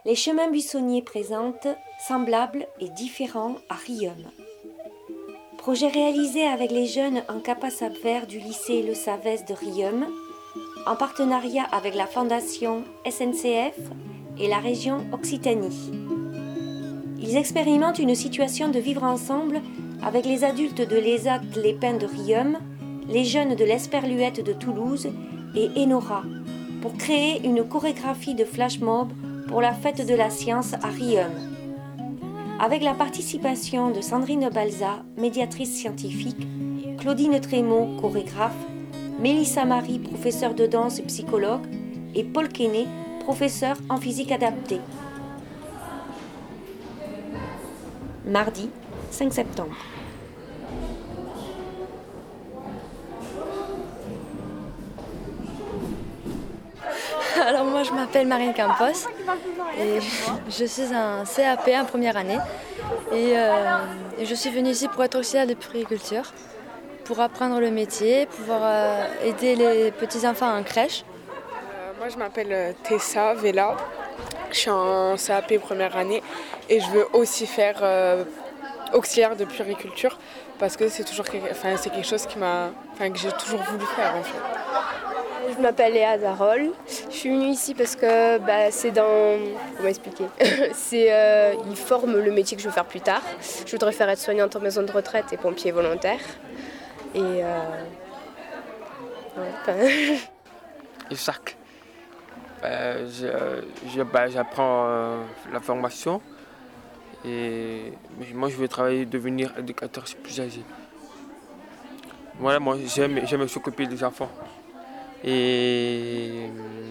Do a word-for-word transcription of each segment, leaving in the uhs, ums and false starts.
les chemins buissonniers présentent semblables et différents à Riom. Projet réalisé avec les jeunes en CAPA SAPVER du lycée Le Savès de Riom, en partenariat avec la Fondation S N C F et la région Occitanie. Ils expérimentent une situation de vivre ensemble avec les adultes de l'E S A T Les Pins de Riom, les jeunes de l'Esperluette de Toulouse et Enora, pour créer une chorégraphie de flash mob pour la fête de la science à Riom. Avec la participation de Sandrine Balza, médiatrice scientifique, Claudine Trémaud, chorégraphe, Mélissa Marie, professeure de danse et psychologue, et Paul Quesnay, professeur en physique adaptée. Mardi, cinq septembre. Alors moi je m'appelle Marine Campos et je suis un C A P en première année et, euh, et je suis venue ici pour être auxiliaire de puériculture, pour apprendre le métier, pouvoir euh, aider les petits-enfants en crèche. Euh, moi je m'appelle Tessa Vela, je suis en C A P première année et je veux aussi faire euh, auxiliaire de puériculture parce que c'est toujours quelque, enfin, c'est quelque chose qui m'a, enfin, que j'ai toujours voulu faire en fait. Je m'appelle Léa Darol. Je suis venue ici parce que bah, c'est dans... Comment expliquer c'est, euh, Ils forment le métier que je veux faire plus tard. Je voudrais faire aide-soignante en maison de retraite et pompier volontaire. Et... Euh... Ouais, Isaac. Euh, je, je, bah, j'apprends euh, la formation. Et moi, je veux travailler, devenir éducateur plus âgé. Voilà, moi, j'aime, j'aime s'occuper des enfants. Et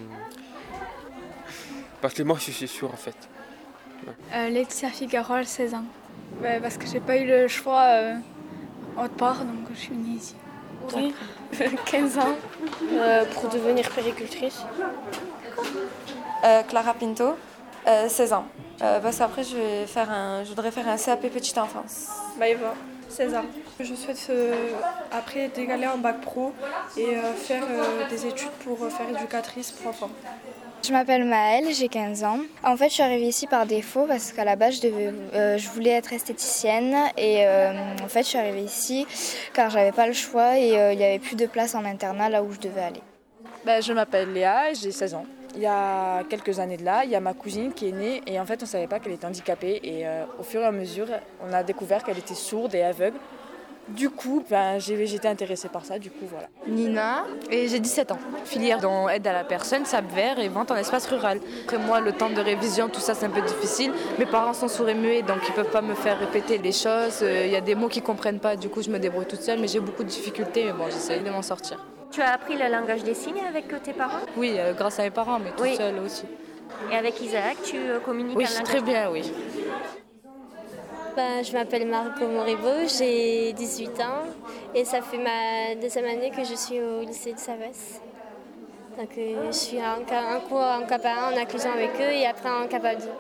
parce que moi je suis sûr en fait. Euh, Laetitia Figarol, seize ans. Bah, parce que j'ai pas eu le choix euh, autre part, donc je suis venue ici. Oui, quinze ans, euh, pour devenir puéricultrice. Euh, Clara Pinto, euh, seize ans. Euh, parce qu'après je, vais faire un, je voudrais faire un C A P petite enfance. Maëva, seize ans. Je souhaite euh, après dégaler en bac pro et euh, faire euh, des études pour euh, faire éducatrice pour enfants. Je m'appelle Maëlle, j'ai quinze ans. En fait, je suis arrivée ici par défaut parce qu'à la base, je, devais, euh, je voulais être esthéticienne. Et euh, en fait, je suis arrivée ici car j'avais pas le choix et euh, il n'y avait plus de place en internat là où je devais aller. Ben, je m'appelle Léa et j'ai seize ans. Il y a quelques années de là, il y a ma cousine qui est née et en fait, on ne savait pas qu'elle était handicapée. Et euh, au fur et à mesure, on a découvert qu'elle était sourde et aveugle. Du coup, ben, j'ai, j'étais intéressée par ça, du coup voilà. Nina, et j'ai dix-sept ans. Filière dans aide à la personne, SAPVER et vente en espace rural. Après moi, le temps de révision, tout ça c'est un peu difficile. Mes parents sont sourds et muets, donc ils ne peuvent pas me faire répéter les choses. Il y a des mots qu'ils ne comprennent pas, du coup je me débrouille toute seule, mais j'ai beaucoup de difficultés, mais bon, j'essaie de m'en sortir. Tu as appris le langage des signes avec tes parents ? Oui, euh, grâce à mes parents, mais toute oui. seule aussi. Et avec Isaac, tu communiques oui, en langage très bien, oui. Ben, je m'appelle Marco Moribo, j'ai dix-huit ans et ça fait ma deuxième année que je suis au lycée de Savès. Donc euh, je suis en, en cours en CAPA un en inclusion avec eux et après en CAPA deux.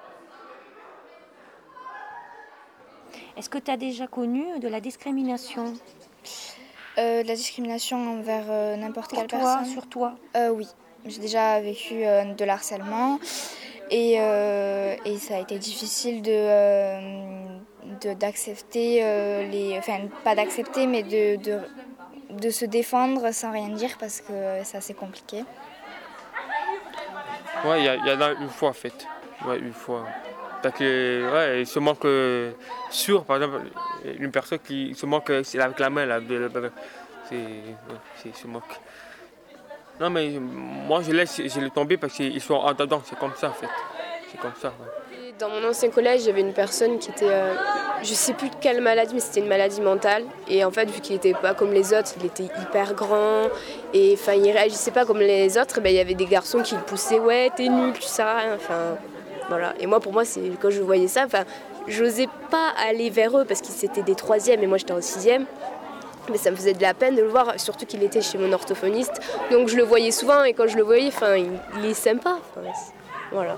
Est-ce que tu as déjà connu de la discrimination ? euh, De la discrimination envers euh, n'importe Pour quelle toi, personne. Sur toi euh, Oui, j'ai déjà vécu euh, de l'harcèlement. Et, euh, et ça a été difficile de, euh, de, d'accepter, euh, les, enfin pas d'accepter, mais de, de, de se défendre sans rien dire parce que c'est assez compliqué. Ouais, il y, y en a une fois en fait. Ouais, une fois. Parce que, ouais, il se manque euh, sur, par exemple, une personne qui se manque avec la main là. De, de, c'est, ouais, c'est, se manque. Non mais moi je laisse, je laisse tomber parce qu'ils sont en dedans, c'est comme ça en fait. C'est comme ça. Ouais. Dans mon ancien collège, j'avais une personne qui était, euh, je sais plus de quelle maladie, mais c'était une maladie mentale. Et en fait, vu qu'il était pas comme les autres, il était hyper grand et enfin il réagissait pas comme les autres. Ben il y avait des garçons qui le poussaient, ouais t'es nul, tu sais rien. Enfin voilà. Et moi pour moi c'est quand je voyais ça, enfin j'osais pas aller vers eux parce qu'ils étaient des troisièmes et moi j'étais en sixième. Mais ça me faisait de la peine de le voir, surtout qu'il était chez mon orthophoniste. Donc je le voyais souvent et quand je le voyais, enfin, il, il est sympa. Enfin, voilà.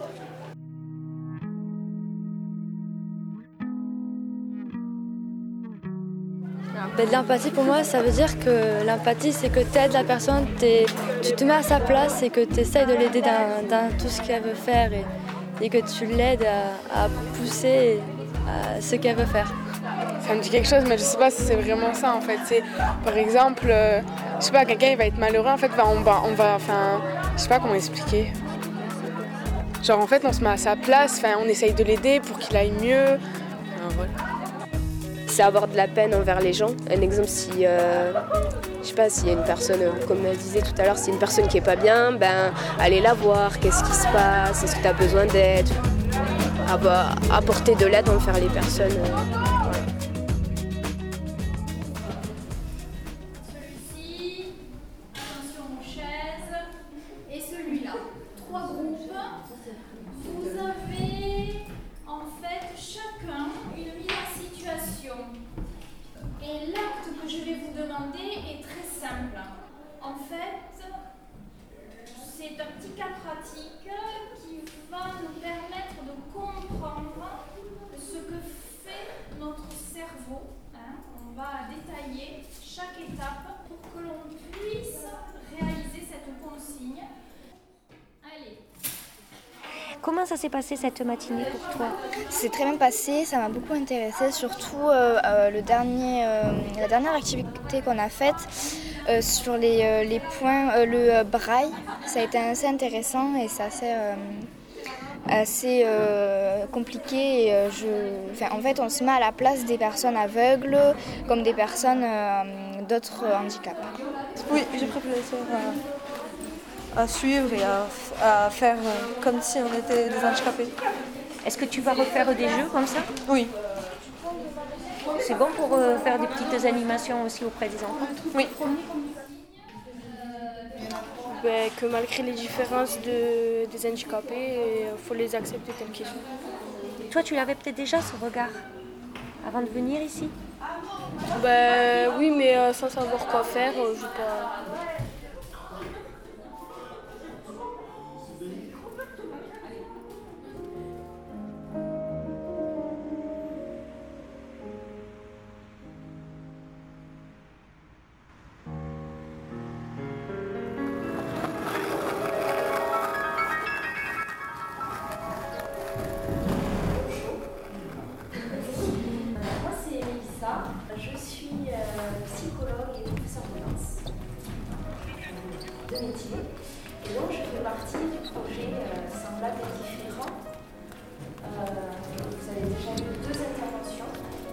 Ben, de l'empathie pour moi, ça veut dire que l'empathie, c'est que tu aides la personne, tu te mets à sa place et que tu essayes de l'aider dans, dans tout ce qu'elle veut faire. Et, et que tu l'aides à, à pousser à ce qu'elle veut faire. Ça me dit quelque chose, mais je sais pas si c'est vraiment ça en fait. C'est, par exemple, euh, je sais pas, quelqu'un il va être malheureux, en fait, bah, on va, on va, enfin, je sais pas comment expliquer. Genre en fait, on se met à sa place, enfin, on essaye de l'aider pour qu'il aille mieux. Enfin, voilà. C'est avoir de la peine envers les gens. Un exemple, si, euh, je sais pas, s'il y a une personne, comme elle disait tout à l'heure, s'il y a une personne qui est pas bien, ben, allez la voir, qu'est-ce qui se passe, est-ce que tu as besoin d'aide, apporter de l'aide envers les personnes. Euh, Et l'acte que je vais vous demander est très simple. En fait, c'est un petit cas pratique qui va nous permettre de comprendre ce que fait notre cerveau. Hein. On va détailler chaque étape pour que l'on puisse réaliser cette consigne. Allez. Comment ça s'est passé cette matinée pour toi? C'est très bien passé, ça m'a beaucoup intéressée, surtout euh, euh, le dernier, euh, la dernière activité qu'on a faite euh, sur les, euh, les points, euh, le euh, braille. Ça a été assez intéressant et c'est assez, euh, assez euh, compliqué. Et, euh, je, enfin, en fait, on se met à la place des personnes aveugles comme des personnes euh, d'autres handicaps. Oui, j'ai préféré faire... Euh... à suivre et à, à faire euh, comme si on était des handicapés. Est-ce que tu vas refaire des jeux comme ça? Oui. C'est bon pour euh, faire des petites animations aussi auprès des enfants? Oui. Ben, que malgré les différences de, des handicapés, il faut les accepter tels qu'ils sont. Toi, tu l'avais peut-être déjà ce regard avant de venir ici? Ben, oui, mais euh, sans savoir quoi faire, euh, je ne sais pas. Je suis euh, psychologue et professeur de danse de métier. Et donc je fais partie du projet euh, Semblable et Différent. Euh, vous avez déjà eu deux interventions.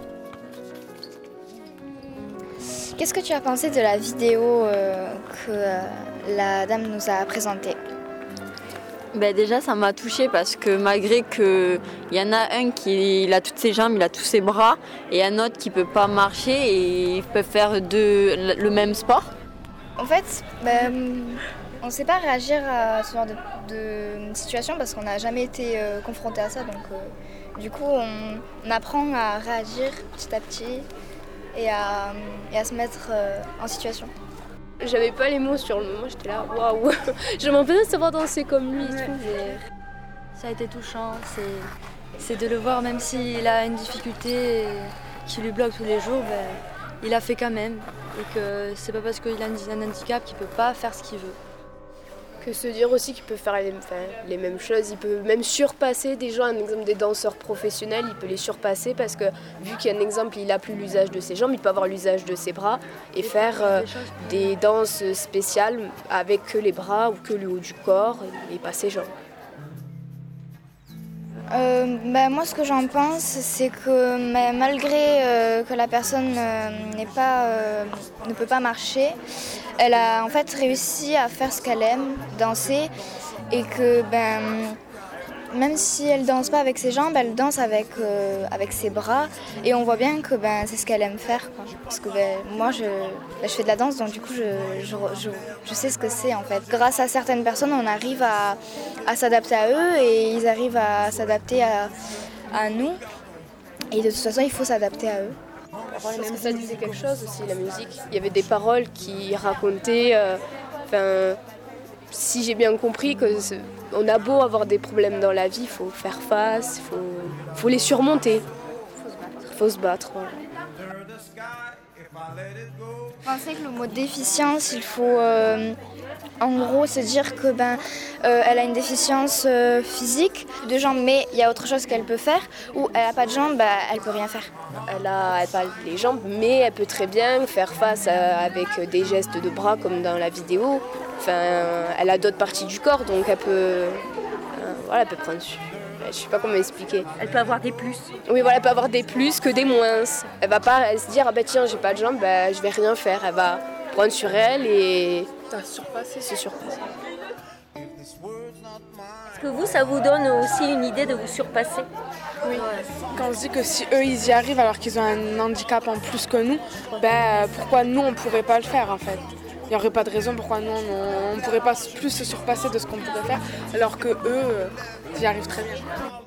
Qu'est-ce que tu as pensé de la vidéo euh, que euh, la dame nous a présentée? Ben déjà ça m'a touchée parce que malgré qu'il y en a un qui il a toutes ses jambes, il a tous ses bras et un autre qui ne peut pas marcher et il peut faire deux, le même sport. En fait, ben, on ne sait pas réagir à ce genre de, de situation parce qu'on n'a jamais été euh, confronté à ça. Donc euh, du coup on, on apprend à réagir petit à petit et à, et à se mettre euh, en situation. J'avais pas les mots sur le moment, j'étais là, waouh, j'aimerais bien savoir danser comme lui et tout. Mais... Ça a été touchant, c'est de le voir, même s'il a une difficulté qui lui bloque tous les jours, ben, il a fait quand même. Et que c'est pas parce qu'il a un handicap qu'il peut pas faire ce qu'il veut. Que se dire aussi qu'il peut faire les, enfin, les mêmes choses, il peut même surpasser des gens, un exemple des danseurs professionnels, il peut les surpasser parce que vu qu'il y a un exemple, il n'a plus l'usage de ses jambes, il peut avoir l'usage de ses bras et faire euh, des danses spéciales avec que les bras ou que le haut du corps et pas ses jambes. Euh, ben, moi ce que j'en pense c'est que mais malgré euh, que la personne euh, n'est pas, euh, ne peut pas marcher, elle a en fait réussi à faire ce qu'elle aime, danser, et que ben, même si elle danse pas avec ses jambes, elle danse avec, euh, avec ses bras et on voit bien que ben, c'est ce qu'elle aime faire, quoi. Parce que ben, moi je, ben, je fais de la danse donc du coup je, je, je, je sais ce que c'est en fait. Grâce à certaines personnes on arrive à, à s'adapter à eux et ils arrivent à s'adapter à, à nous et de toute façon il faut s'adapter à eux. Parce que ça disait quelque chose aussi, la musique. Il y avait des paroles qui racontaient, euh, enfin, si j'ai bien compris, que on a beau avoir des problèmes dans la vie, il faut faire face, il faut, faut les surmonter. Il faut se battre. Voilà. Je pensais que le mot déficience, il faut, euh, En gros, c'est dire que ben, euh, elle a une déficience euh, physique de jambes, mais il y a autre chose qu'elle peut faire, ou elle n'a pas de jambes, ben, elle peut rien faire. Elle a, elle a pas les jambes, mais elle peut très bien faire face à, avec des gestes de bras comme dans la vidéo. Enfin, elle a d'autres parties du corps, donc elle peut, euh, voilà, elle peut prendre. Je sais pas comment expliquer. Elle peut avoir des plus. Oui, voilà, elle peut avoir des plus que des moins. Elle va pas se dire ah ben tiens j'ai pas de jambes, ben je vais rien faire. Elle va prendre sur elle et surpasser, se surpasser. Est-ce que vous, ça vous donne aussi une idée de vous surpasser? Oui. Quand on se dit que si eux ils y arrivent alors qu'ils ont un handicap en plus que nous, ben pourquoi nous on pourrait pas le faire en fait? Il n'y aurait pas de raison pourquoi nous on ne pourrait pas plus se surpasser de ce qu'on pourrait faire alors que eux ils y arrivent très bien.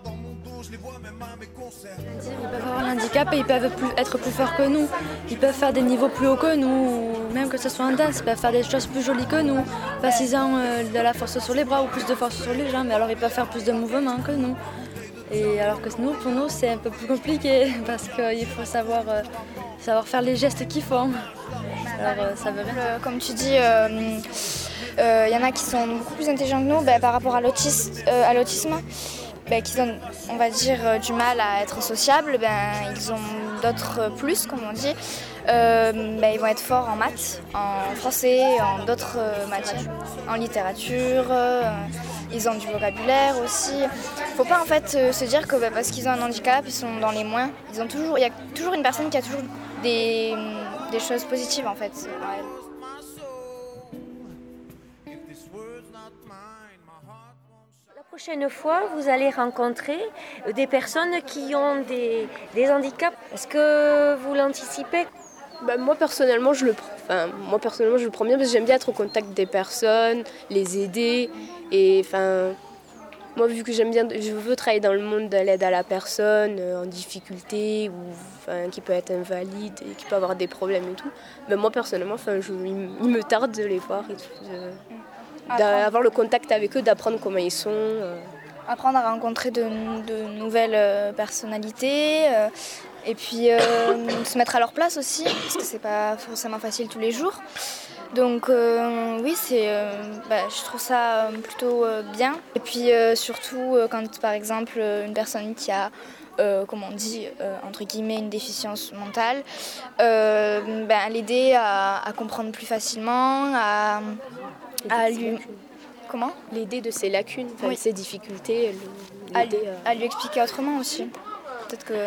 Ils peuvent avoir l'handicap et ils peuvent plus, être plus forts que nous. Ils peuvent faire des niveaux plus hauts que nous, même que ce soit en danse, ils peuvent faire des choses plus jolies que nous. Pas s'ils ont euh, de la force sur les bras ou plus de force sur les jambes, mais alors ils peuvent faire plus de mouvements que nous. Et alors que nous, pour nous, c'est un peu plus compliqué parce qu'il faut savoir, euh, savoir faire les gestes qu'ils font. Alors, euh, ça veut rien. Euh, comme tu dis, il euh, euh, y en a qui sont beaucoup plus intelligents que nous ben, par rapport à l'autisme, euh, à l'autisme ben, qui ont, on va dire, euh, du mal à être sociables. Ben, ils ont d'autres plus, comme on dit. Euh, ben, ils vont être forts en maths, en français, en d'autres euh, matières, en littérature. Euh, ils ont du vocabulaire aussi. Il ne faut pas en fait euh, se dire que ben, parce qu'ils ont un handicap, ils sont dans les moins. Ils ont toujours, il y a toujours une personne qui a toujours des, des choses positives en fait. La prochaine fois, vous allez rencontrer des personnes qui ont des, des handicaps. Est-ce que vous l'anticipez? Ben, moi personnellement, je le prends. Enfin, moi personnellement, je le prends bien parce que j'aime bien être au contact des personnes, les aider. Et enfin, moi vu que j'aime bien, je veux travailler dans le monde de l'aide à la personne euh, en difficulté ou enfin, qui peut être invalide et qui peut avoir des problèmes et tout. Ben, moi personnellement, enfin, je, il, il me tarde de les voir et tout. De, d'avoir le contact avec eux, d'apprendre comment ils sont. Euh. Apprendre à rencontrer de, de nouvelles euh, personnalités. Euh, Et puis euh, se mettre à leur place aussi, parce que c'est pas forcément facile tous les jours. Donc euh, oui, c'est, euh, bah, je trouve ça plutôt euh, bien. Et puis euh, surtout euh, quand par exemple une personne qui a, euh, comme on dit, euh, entre guillemets une déficience mentale, euh, bah, l'aider à, à comprendre plus facilement, à, à lui... Comment ? L'aider de ses lacunes, oui. Ses difficultés. À lui, à lui expliquer autrement aussi. Peut-être que...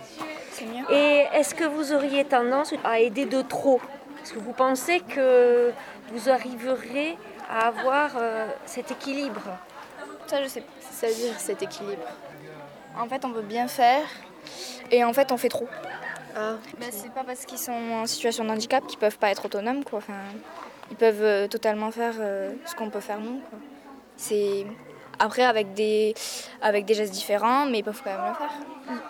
Et est-ce que vous auriez tendance à aider de trop? Est-ce que vous pensez que vous arriverez à avoir euh, cet équilibre? Ça, je sais pas. C'est-à-dire cet équilibre. En fait, on veut bien faire et en fait, on fait trop. Ah. Bah, c'est pas parce qu'ils sont en situation de handicap qu'ils peuvent pas être autonomes, quoi. Enfin, ils peuvent euh, totalement faire euh, ce qu'on peut faire nous, quoi. C'est... Après, avec des... avec des gestes différents, mais ils peuvent quand même le faire. Mm.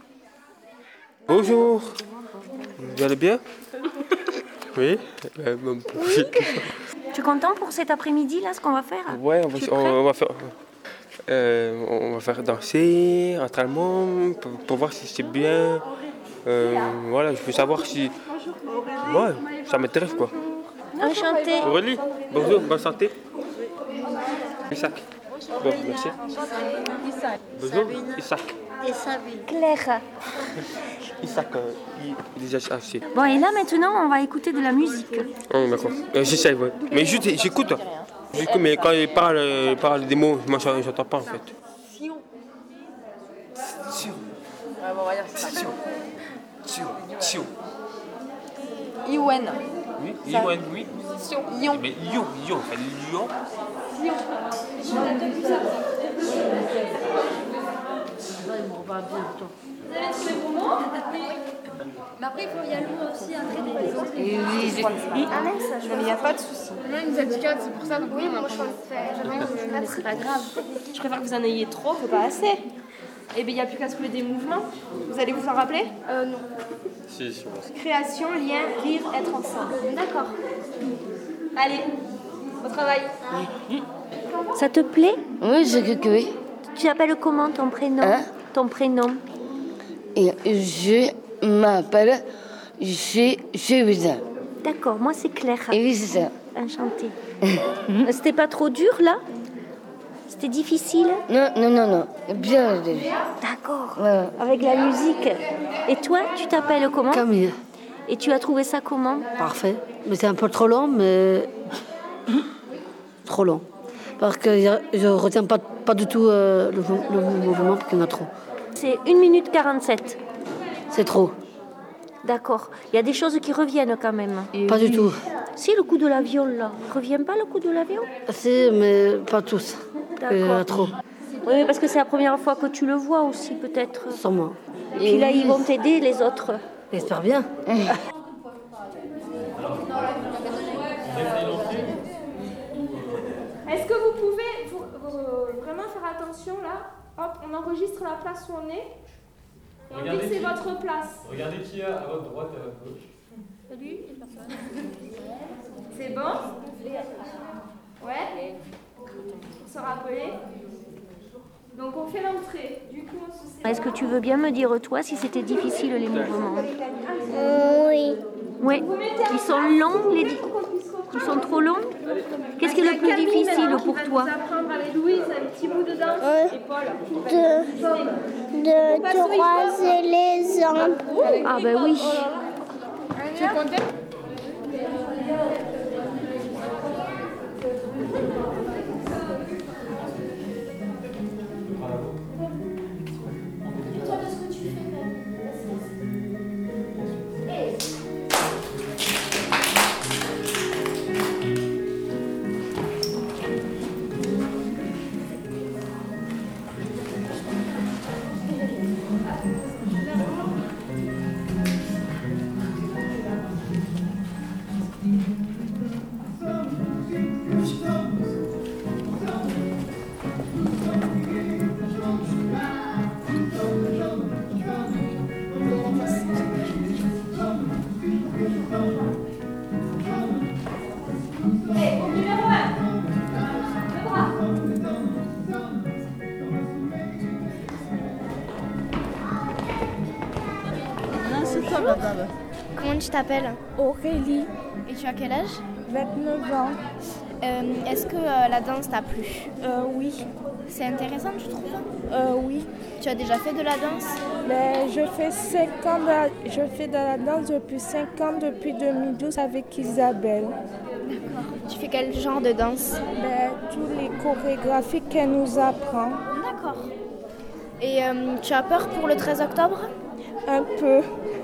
Bonjour, vous allez bien? Oui. Euh, bon, oui. Tu es content pour cet après-midi là, ce qu'on va faire? Ouais, on va, on, on va faire, euh, on va faire danser entre allemands pour, pour voir si c'est bien. Euh, voilà, je veux savoir si, ouais, ça m'intéresse quoi. Enchanté. Aurélie, bonjour, bonne santé. Isaac. Bon, merci. Bonjour, Isaac. Claire. Isaac, euh, il, il est déjà assez. Bon, et là maintenant, on va écouter de la musique. Oh, d'accord. Euh, J'essaie, ouais. Mais juste, j'écoute. J'écoute, mais quand il parle, il parle des mots, moi, j'entends pas en fait. Sion. Sion. Ouais, bon, on va dire ça. Sion. Sion. Sion. Iwen. Oui, Iwen, oui. Sion. Lyon. Mais Lyon, Lyon, enfin Lyon. Lyon. Va bien, toi. Vous avez trouvé vos mots? Mais après, il faut y aller aussi à traiter les autres. Et oui, j'ai Ah mince, il n'y a pas de souci. Moi, il nous a dit quatre, c'est pour ça. Donc oui, moi je pensais. Mais c'est pas grave. Je préfère que vous en ayez trop que pas assez. Et bien, il n'y a plus qu'à trouver des mouvements. Vous allez vous en rappeler? Euh, non. Si, si, si. Création, lien, rire, être ensemble. D'accord. Allez, au travail. Ça te plaît? Oui, je crois que oui. Tu t'appelles comment ton prénom? Hein? Ton prénom? Et je m'appelle Jévisa. D'accord, moi c'est Claire. Et oui, c'est ça. enchantée. C'était pas trop dur là? C'était difficile? Non, non, non, non. Bien. D'accord. Ouais. Avec la musique. Et toi, tu t'appelles comment? Camille. Et tu as trouvé ça comment? Parfait. Mais c'est un peu trop long, mais trop long. Parce que je ne retiens pas, pas du tout euh, le, le mouvement, parce qu'il y en a trop. C'est une minute quarante-sept. C'est trop. D'accord. Il y a des choses qui reviennent quand même. Et pas oui. du tout. Si, le coup de l'avion, là. Il revient pas le coup de l'avion? Si, mais pas tous. D'accord. Il y en a trop. Oui, parce que c'est la première fois que tu le vois aussi, peut-être. Sûrement. Et puis là, ils vont t'aider, les autres. J'espère bien. Est-ce que vous pouvez vous, vous, vraiment faire attention là? Hop, on enregistre la place où on est. Et on dit que c'est votre place. Regardez qui est à votre droite et à votre gauche. Salut, personne. C'est bon? Ouais? On se rappeler. Donc on fait l'entrée. Du coup, on se sépare. Est-ce que tu veux bien me dire, toi, si c'était difficile les mouvements? Oui. Oui. Ils sont longs, les... Ils sont trop longs? Qu'est-ce qui est le plus difficile pour toi? Louise, un petit bout de danse. Euh, et Paul. De, de croiser les jambes. Ah ben oui. Tu es content? Comment tu t'appelles? Aurélie. Et tu as quel âge? vingt-neuf ans. Euh, Est-ce que euh, la danse t'a plu? Euh, oui. C'est intéressant, tu trouves? Euh, oui. Tu as déjà fait de la danse? Ben, je fais cinq ans de la, je fais de la danse depuis cinq ans, depuis deux mille douze avec Isabelle. D'accord. Tu fais quel genre de danse? Ben, tous les chorégraphies qu'elle nous apprend. D'accord. Et euh, tu as peur pour le treize octobre? Un peu.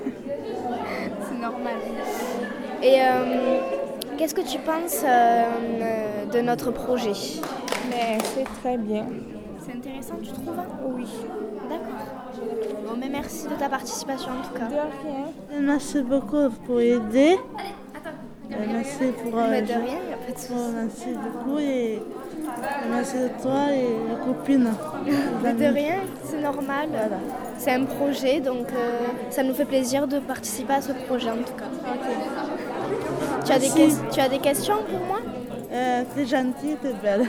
C'est normal. Et euh, qu'est-ce que tu penses euh, de notre projet? Mais c'est très bien. C'est intéressant, tu trouves? Oui. D'accord. Bon, mais merci de ta participation en tout cas. De rien. Merci beaucoup pour aider. Allez, attends. Et merci pour... Euh, mais de rien, il n'y a pas de souci. Merci beaucoup et merci de toi et la copine. Mais de rien, c'est normal. Voilà. C'est un projet, donc euh, ça nous fait plaisir de participer à ce projet en tout cas. Okay. Tu, as des que- tu as des questions pour moi? euh, T'es gentille, t'es belle.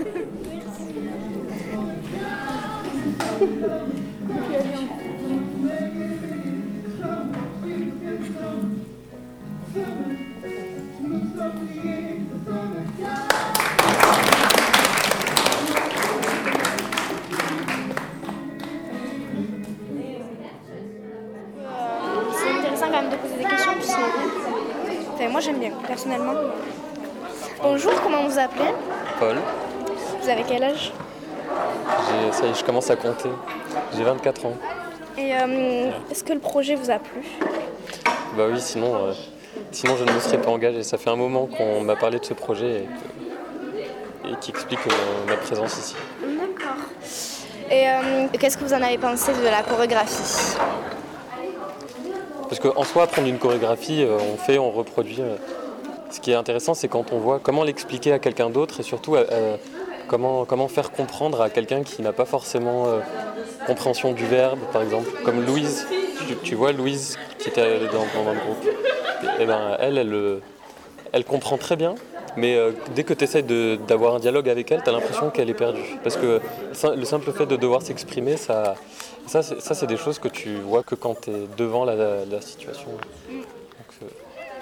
C'est intéressant quand même de poser des questions, puisque enfin, moi j'aime bien, personnellement. Bonjour, comment vous vous appelez? Paul. Vous avez quel âge? J'ai, ça y est, je commence à compter. J'ai vingt-quatre ans. Et euh, est-ce que le projet vous a plu? Bah oui, sinon, euh, sinon je ne me serais pas engagé. Ça fait un moment qu'on m'a parlé de ce projet et, que, et qui explique euh, ma présence ici. D'accord. Et euh, qu'est-ce que vous en avez pensé de la chorégraphie? Parce qu'en soi, apprendre une chorégraphie, euh, on fait, on reproduit. Euh, ce qui est intéressant, c'est quand on voit comment l'expliquer à quelqu'un d'autre et surtout euh, comment, comment faire comprendre à quelqu'un qui n'a pas forcément euh, compréhension du verbe, par exemple. Comme Louise, tu, tu vois Louise qui était dans, dans le groupe. Et, et ben, elle, elle, elle comprend très bien, mais euh, dès que tu essaies de, d'avoir un dialogue avec elle, tu as l'impression qu'elle est perdue. Parce que le simple fait de devoir s'exprimer, ça, ça, c'est, ça c'est des choses que tu vois que quand tu es devant la, la, la situation. Donc, euh,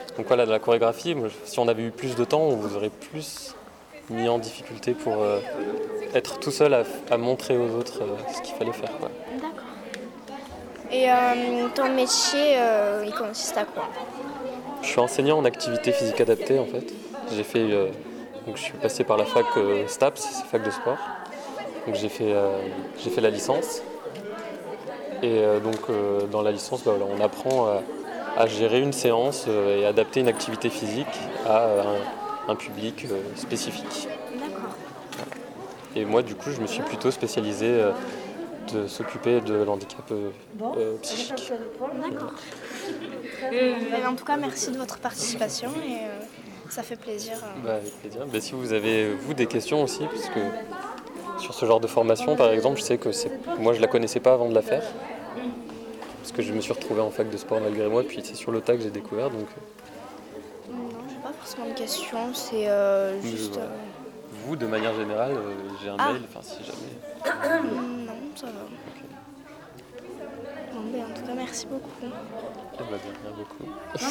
donc voilà, de la chorégraphie, moi, si on avait eu plus de temps, on vous aurait plus mis en difficulté pour euh, être tout seul à, à montrer aux autres euh, ce qu'il fallait faire, quoi. D'accord. Et euh, ton métier, euh, il consiste à quoi? Je suis enseignant en activité physique adaptée en fait. J'ai fait, euh, donc je suis passé par la fac euh, STAPS, c'est fac de sport. Donc j'ai fait, euh, j'ai fait la licence. Et euh, donc euh, dans la licence, bah, voilà, on apprend à, à gérer une séance euh, et adapter une activité physique à euh, un, un public euh, spécifique. D'accord. Et moi du coup je me suis plutôt spécialisé euh, de s'occuper de l'handicap euh, euh, psychique. D'accord. Et en tout cas, merci de votre participation et euh, ça fait plaisir. Euh... Bah, avec plaisir. Bah, si vous avez vous des questions aussi, parce que sur ce genre de formation par exemple, je sais que c'est... moi je la connaissais pas avant de la faire. Parce que je me suis retrouvé en fac de sport malgré moi, puis c'est sur le tas que j'ai découvert. Donc... Non, j'ai pas forcément de questions, c'est euh, juste... Euh, vous, de manière générale, euh, j'ai un ah. mail, enfin si jamais... Non, ça va. Okay. Bon, ben, en tout cas, merci beaucoup. Eh ben, bien, beaucoup.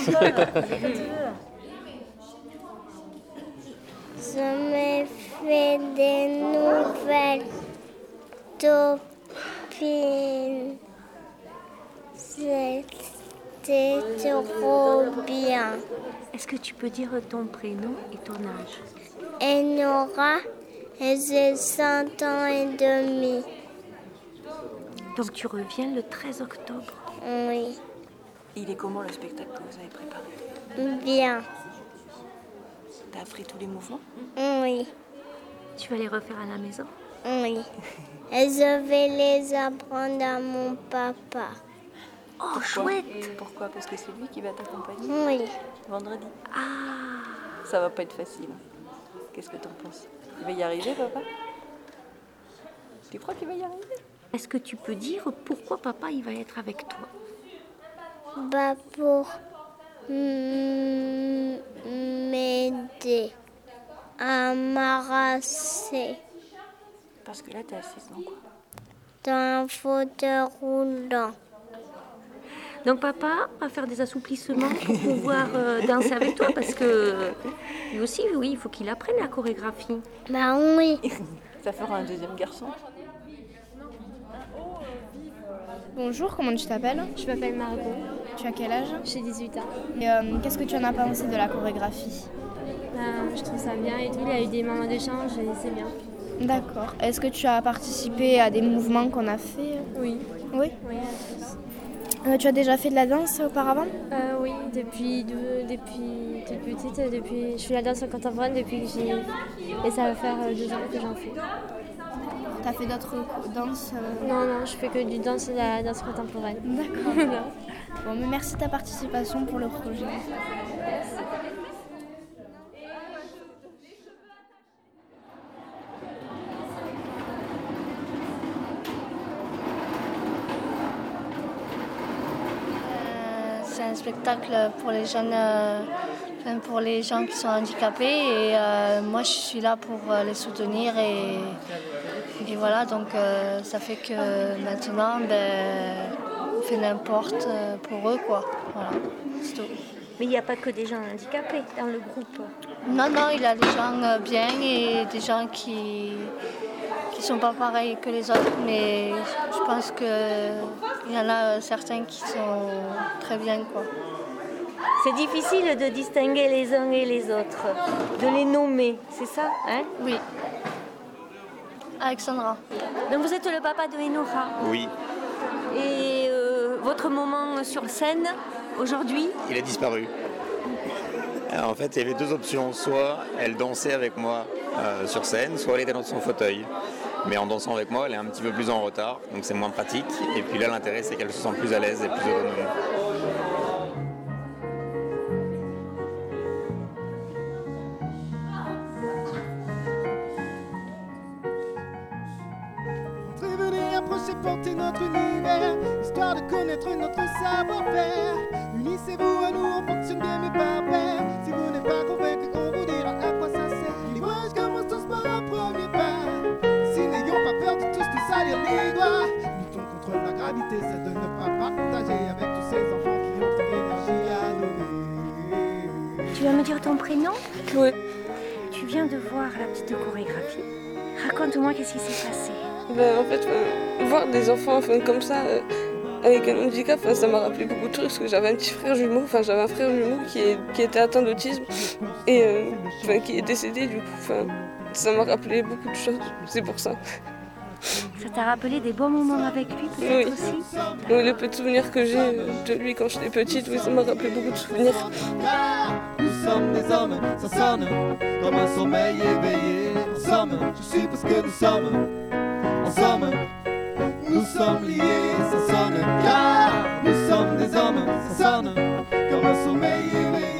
Je me fais des nouvelles copines. C'était trop bien. Est-ce que tu peux dire ton prénom et ton âge? Enora, et j'ai cinq ans et demi. Donc tu reviens le treize octobre? Oui. Il est comment le spectacle que vous avez préparé? Bien. T'as appris tous les mouvements? Oui. Tu vas les refaire à la maison? Oui. Et je vais les apprendre à mon papa. Oh, pourquoi? Chouette! Pourquoi? Parce que c'est lui qui va t'accompagner? Oui. Vendredi? Ah! Ça va pas être facile. Qu'est-ce que t'en penses? Il va y arriver, papa? Tu crois qu'il va y arriver? Est-ce que tu peux dire pourquoi papa il va être avec toi? Bah pour m'aider à m'arracher. Parce que là, t'es assise dans quoi? Dans un fauteuil roulant. Donc papa va faire des assouplissements pour pouvoir euh, danser avec toi parce que lui aussi, oui, il faut qu'il apprenne la chorégraphie. Bah oui. Ça fera un deuxième garçon. Bonjour, comment tu t'appelles? Je m'appelle Margot. Tu as quel âge? J'ai dix-huit ans. Et euh, qu'est-ce que tu en as pensé de la chorégraphie? euh, Je trouve ça bien et tout. Il y a eu des moments d'échange et c'est bien. D'accord. Est-ce que tu as participé à des mouvements qu'on a fait? Oui. Oui? Oui, à tous. Euh, tu as déjà fait de la danse auparavant? euh, Oui, depuis, de, depuis toute petite. Depuis, je fais la danse contemporaine depuis que j'ai... Et ça va faire deux ans que j'en fais. Tu as fait d'autres danses? euh... Non, non, je fais que du danse et de la danse contemporaine. D'accord. Bon, mais merci de ta participation pour le projet. Merci. C'est un spectacle pour les jeunes, euh, enfin pour les gens qui sont handicapés et euh, moi je suis là pour euh, les soutenir et, et voilà donc euh, ça fait que maintenant ben, on fait n'importe pour eux quoi. Voilà, c'est tout. Mais il n'y a pas que des gens handicapés dans le groupe. Non, non, il y a des gens bien et des gens qui qui sont pas pareils que les autres, mais je pense qu'il y en a certains qui sont très bien, quoi. C'est difficile de distinguer les uns et les autres, de les nommer, c'est ça, hein? Oui. Alexandra. Donc vous êtes le papa de Enora? Oui. Et euh, votre moment sur scène aujourd'hui? Il a disparu. Alors, en fait, il y avait deux options. Soit elle dansait avec moi euh, sur scène, soit elle était dans son fauteuil. Mais en dansant avec moi, elle est un petit peu plus en retard, donc c'est moins pratique. Et puis là, l'intérêt, c'est qu'elle se sent plus à l'aise et plus autonome. Venez approcher, porter notre univers, histoire de connaître notre savoir-faire. Unissez-vous à nous, on fonctionne bien mais pas pair. Si vous n'êtes pas convaincu, on vous dira à quoi ça sert. Les voyages commencent tous par un premier pas. Si n'ayons pas peur de tous nous salir les doigts. Luttons contre la gravité, c'est de ne pas partager avec tous ces enfants qui ont trop d'énergie à donner. Tu vas me dire ton prénom? Oui. Tu viens de voir la petite chorégraphie. Raconte-moi qu'est-ce qui s'est passé. Ben, en fait, euh, voir des enfants enfin, comme ça, euh, avec un handicap, enfin, ça m'a rappelé beaucoup de trucs. Parce que j'avais un petit frère jumeau, enfin j'avais un frère jumeau qui, est, qui était atteint d'autisme et euh, enfin, qui est décédé du coup. Enfin, ça m'a rappelé beaucoup de choses, c'est pour ça. Ça t'a rappelé des bons moments avec lui peut-être Oui. aussi? Oui, les petits souvenirs que j'ai de lui quand j'étais petite, oui, ça m'a rappelé beaucoup de souvenirs. Nous sommes des hommes, ça sonne comme un sommeil éveillé. En somme, je suppose que nous sommes ensemble. Nous sommes liés, ça sonne car nous sommes des hommes, ça sonne comme un sommeil éveillé.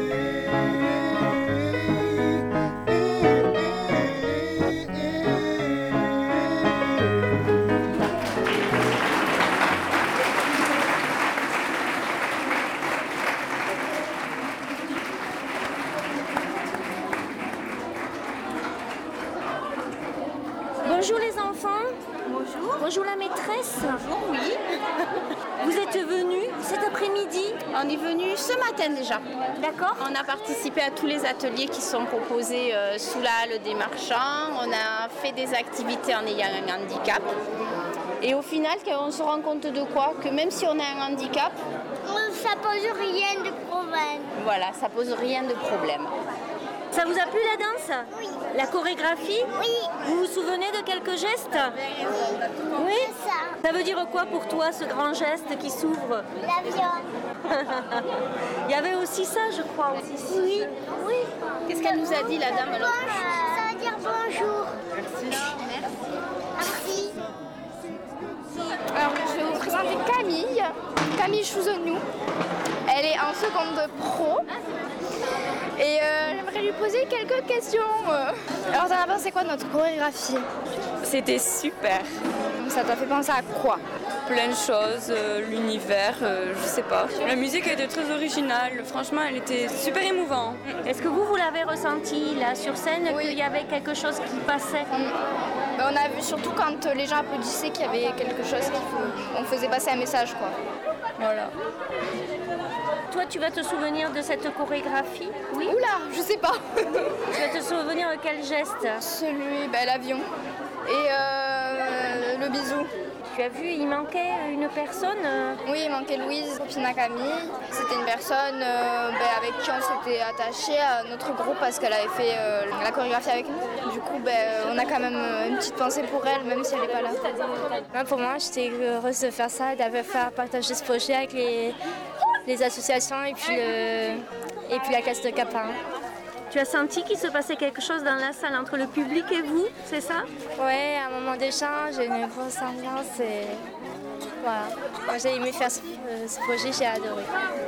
Bonjour les enfants. Bonjour. Bonjour la maîtresse. Bonjour, oui. Vous êtes venus cet après-midi? On est venu ce matin déjà. D'accord. On a participé à tous les ateliers qui sont proposés euh, sous la halle des marchands. On a fait des activités en ayant un handicap. Et au final, on se rend compte de quoi? Que même si on a un handicap, ça pose rien de problème. Voilà, ça pose rien de problème. Ça vous a plu la danse? Oui. La chorégraphie? Oui. Vous vous souvenez de quelques gestes? Oui. Ça. Ça veut dire quoi pour toi ce grand geste qui s'ouvre? L'avion. Il y avait aussi ça, je crois aussi. Oui. Oui. Qu'est-ce qu'elle nous a dit la dame alors? Ça veut dire bonjour. Merci. Merci. Alors, je vais vous présenter Camille, Camille Chouzenou. Elle est en seconde pro. Et euh, j'aimerais lui poser quelques questions. Alors, t'en as pensé quoi de notre chorégraphie? C'était super. Ça t'a fait penser à quoi? Plein de choses, euh, l'univers, euh, je sais pas. La musique était très originale, franchement elle était super émouvante. Est-ce que vous, vous l'avez ressenti là sur scène, Oui. qu'il y avait quelque chose qui passait? On a vu surtout quand les gens applaudissaient qu'il y avait quelque chose qui on faisait passer un message quoi. Voilà. Toi, tu vas te souvenir de cette chorégraphie? Oui. Oula, je sais pas. Tu vas te souvenir de quel geste? Celui, bah, l'avion. Et euh, le bisou. Tu as vu, il manquait une personne? Oui, il manquait Louise, copine à Camille. C'était une personne euh, bah, avec qui on s'était attaché à notre groupe parce qu'elle avait fait euh, la chorégraphie avec nous. Du coup, bah, on a quand même une petite pensée pour elle, même si elle n'est pas là. Non, pour moi, j'étais heureuse de faire ça, d'avoir fait partager ce projet avec les, les associations et puis, le, et puis la classe de Capin. Tu as senti qu'il se passait quelque chose dans la salle entre le public et vous, c'est ça? Ouais, un moment d'échange, une grosse ambiance et voilà. Moi j'ai aimé faire ce, euh, ce projet, j'ai adoré.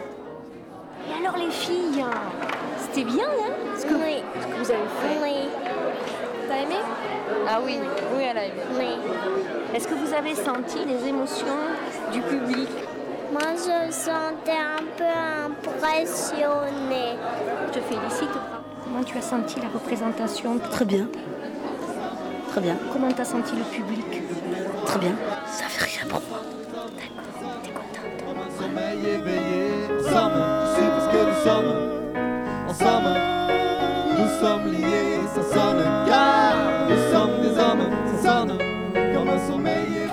Et alors les filles, c'était bien hein, ce, que, Oui. ce que vous avez fait? Oui. T'as aimé? Ah oui, oui elle a aimé. Oui. Est-ce que vous avez senti les émotions du public? Moi, je sentais un peu impressionnée. Je te félicite. Comment tu as senti la représentation? Très bien. Très bien. Comment tu as senti le public? Très bien. Ça fait rien pour moi. D'accord, t'es contente. Comme un sommeil éveillé. Ensemble, je suppose que nous sommes ensemble. Nous sommes liés, ça sonne car nous sommes des hommes, ça sonne comme un sommeil éveillé.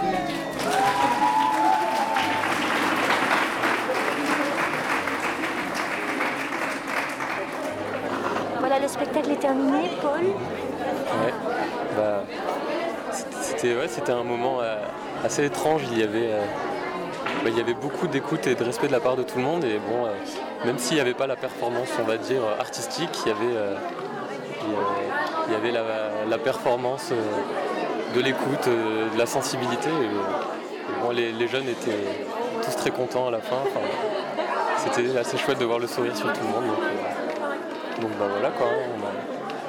Voilà, le spectacle est terminé, Paul. Ouais. Bah, c'était, ouais, c'était un moment euh, assez étrange. Il y avait, euh, bah, il y avait beaucoup d'écoute et de respect de la part de tout le monde. Et bon, euh, même s'il n'y avait pas la performance, on va dire, artistique, il y avait, euh, il y avait, il y avait la, la performance euh, de l'écoute, euh, de la sensibilité. Et, et bon, les, les jeunes étaient tous très contents à la fin. Enfin, c'était assez chouette de voir le sourire sur tout le monde. Donc, euh, donc bah voilà quoi. On a...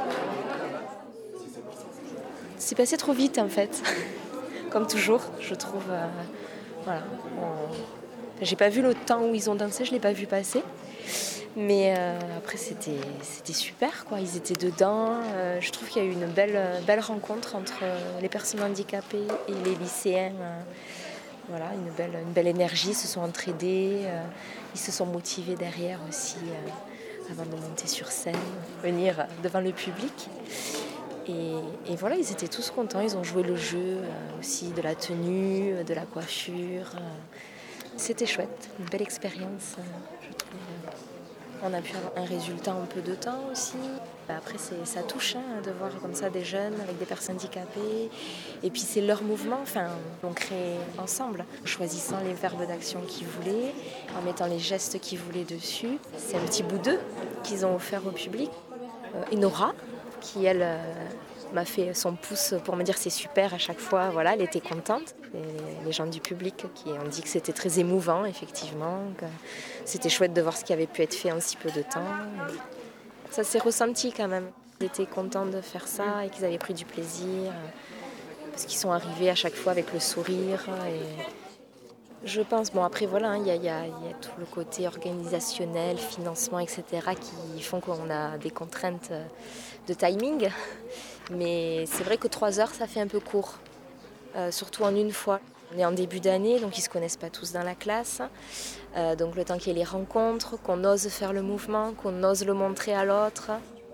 C'est passé trop vite en fait, comme toujours, je trouve. Euh, voilà. On... J'ai pas vu le temps où ils ont dansé, je l'ai pas vu passer. Mais euh, après c'était, c'était super quoi, ils étaient dedans. Euh, je trouve qu'il y a eu une belle, belle rencontre entre les personnes handicapées et les lycéens. Euh, voilà, une belle, une belle énergie, ils se sont entraidés, euh, ils se sont motivés derrière aussi. Euh, avant de monter sur scène, venir devant le public. Et, et voilà, ils étaient tous contents, ils ont joué le jeu euh, aussi de la tenue, de la coiffure. C'était chouette, une belle expérience, euh, je trouve. On a pu avoir un résultat en peu de temps aussi. Après, c'est, ça touche hein, de voir comme ça des jeunes avec des personnes handicapées. Et puis c'est leur mouvement, enfin, on crée ensemble, en choisissant les verbes d'action qu'ils voulaient, en mettant les gestes qu'ils voulaient dessus. C'est un petit bout d'eux qu'ils ont offert au public. Euh, et Nora, qui elle euh, m'a fait son pouce pour me dire c'est super à chaque fois, voilà, elle était contente. Et les gens du public qui ont dit que c'était très émouvant, effectivement, que c'était chouette de voir ce qui avait pu être fait en si peu de temps. Ça s'est ressenti quand même. Ils étaient contents de faire ça et qu'ils avaient pris du plaisir, parce qu'ils sont arrivés à chaque fois avec le sourire. Et je pense, bon après voilà, il y, y, y a tout le côté organisationnel, financement, et cetera qui font qu'on a des contraintes de timing. Mais c'est vrai que trois heures, ça fait un peu court. Euh, surtout en une fois. On est en début d'année, donc ils ne se connaissent pas tous dans la classe. Euh, donc le temps qu'il y ait les rencontres, qu'on ose faire le mouvement, qu'on ose le montrer à l'autre.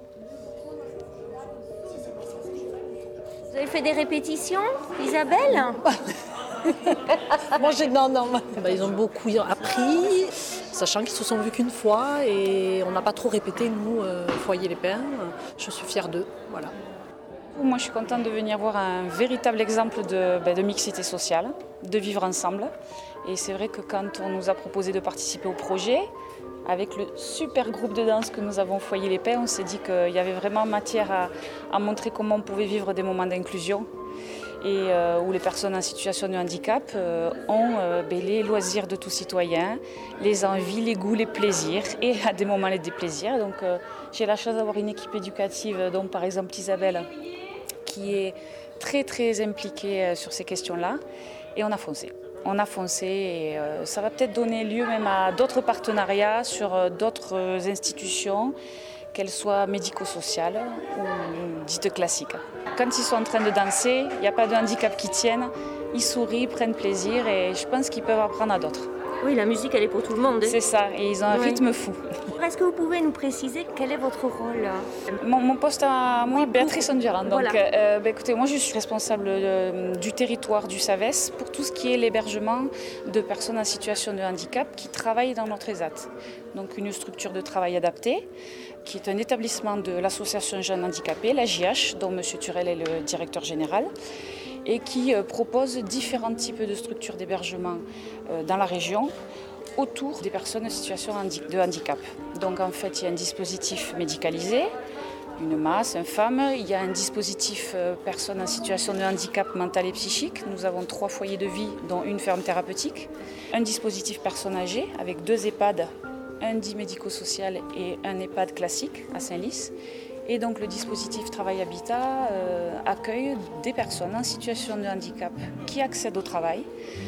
Vous avez fait des répétitions, Isabelle? Moi, j'ai non, non. Ben, ils ont beaucoup appris, sachant qu'ils se sont vus qu'une fois et on n'a pas trop répété, nous, euh, Foyer Les Pins. Je suis fière d'eux, voilà. Moi, je suis contente de venir voir un véritable exemple de, ben, de mixité sociale, de vivre ensemble. Et c'est vrai que quand on nous a proposé de participer au projet, avec le super groupe de danse que nous avons Foyer Les Pins, on s'est dit qu'il y avait vraiment matière à, à montrer comment on pouvait vivre des moments d'inclusion et euh, où les personnes en situation de handicap euh, ont euh, ben, les loisirs de tout citoyen, les envies, les goûts, les plaisirs et à des moments les déplaisirs. Donc euh, j'ai la chance d'avoir une équipe éducative, donc par exemple Isabelle, qui est très très impliquée sur ces questions-là, et on a foncé. On a foncé et euh, ça va peut-être donner lieu même à d'autres partenariats sur euh, d'autres institutions, qu'elles soient médico-sociales ou dites classiques. Quand ils sont en train de danser, il n'y a pas de handicap qui tienne, ils sourient, prennent plaisir et je pense qu'ils peuvent apprendre à d'autres. Oui, la musique, elle est pour tout le monde. C'est ça, et ils ont un oui. rythme fou. Est-ce que vous pouvez nous préciser quel est votre rôle? Mon, mon poste à moi, Béatrice Ondurand. Donc, voilà. euh, bah, écoutez, moi, je suis responsable de, du territoire du SAVES pour tout ce qui est l'hébergement de personnes en situation de handicap qui travaillent dans notre E S A T. Donc, une structure de travail adaptée, qui est un établissement de l'association Jeunes Handicapés, la J H, dont M. Turel est le directeur général, et qui propose différents types de structures d'hébergement dans la région autour des personnes en situation de handicap. Donc en fait, il y a un dispositif médicalisé, une masse, un FAM, il y a un dispositif personnes en situation de handicap mental et psychique. Nous avons trois foyers de vie, dont une ferme thérapeutique, un dispositif personnes âgées avec deux EHPAD, un dit médico-social et un EHPAD classique à Saint-Lys. Et donc le dispositif Travail Habitat euh, accueille des personnes en situation de handicap qui accèdent au travail,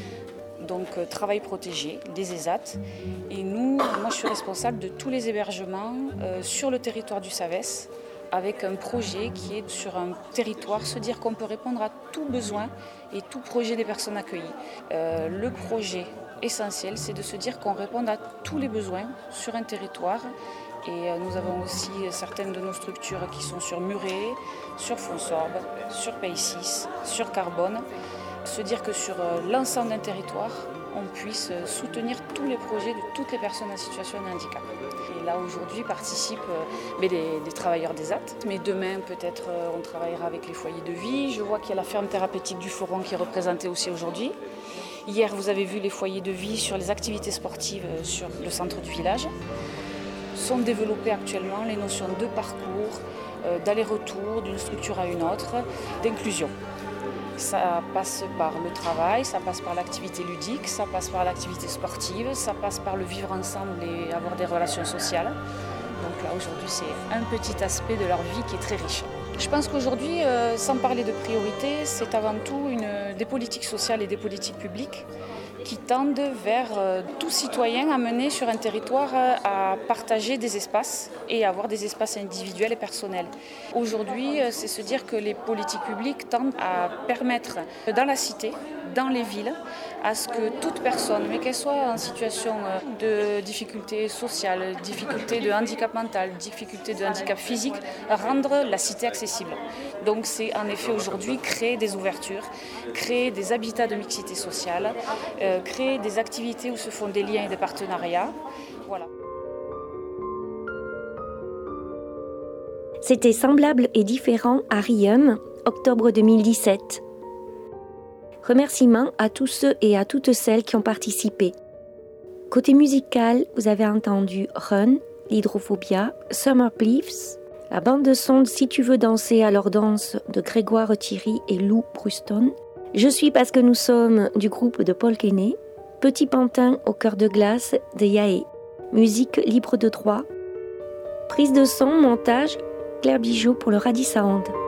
donc euh, travail protégé, des E S A T. Et nous, moi je suis responsable de tous les hébergements euh, sur le territoire du SAVES, avec un projet qui est sur un territoire, se dire qu'on peut répondre à tout besoin et tout projet des personnes accueillies. Euh, le projet essentiel, c'est de se dire qu'on répond à tous les besoins sur un territoire. Et nous avons aussi certaines de nos structures qui sont sur Muret, sur Fonsorbe, sur Pays six, sur Carbone. Se dire que sur l'ensemble d'un territoire, on puisse soutenir tous les projets de toutes les personnes en situation de handicap. Et là, aujourd'hui, participent mais des, des travailleurs des A T. Mais demain, peut-être, on travaillera avec les foyers de vie. Je vois qu'il y a la ferme thérapeutique du Foron qui est représentée aussi aujourd'hui. Hier, vous avez vu les foyers de vie sur les activités sportives sur le centre du village. Sont développées actuellement les notions de parcours, euh, d'aller-retour d'une structure à une autre, d'inclusion. Ça passe par le travail, ça passe par l'activité ludique, ça passe par l'activité sportive, ça passe par le vivre ensemble et avoir des relations sociales. Donc là aujourd'hui c'est un petit aspect de leur vie qui est très riche. Je pense qu'aujourd'hui, euh, sans parler de priorité, c'est avant tout une, des politiques sociales et des politiques publiques qui tendent vers euh, tout citoyen amené sur un territoire euh, à partager des espaces et avoir des espaces individuels et personnels. Aujourd'hui, euh, c'est se dire que les politiques publiques tendent à permettre dans la cité, dans les villes, à ce que toute personne, mais qu'elle soit en situation de difficulté sociale, difficulté de handicap mental, difficulté de handicap physique, rendre la cité accessible. Donc c'est en effet aujourd'hui créer des ouvertures, créer des habitats de mixité sociale, euh, créer des activités où se font des liens et des partenariats. Voilà. C'était Semblable et différent à Riom, octobre deux mille dix-sept. Remerciements à tous ceux et à toutes celles qui ont participé. Côté musical, vous avez entendu Run, l'Hydrophobia, Summer Leaves, la bande de son de Si tu veux danser alors danse de Grégoire Thierry et Lou Bruston. Je suis parce que nous sommes du groupe de Paul Kenney, Petit Pantin au cœur de glace de Yaé. Musique libre de droit. Prise de son, montage, Claire Bijoux pour le Radis Sound.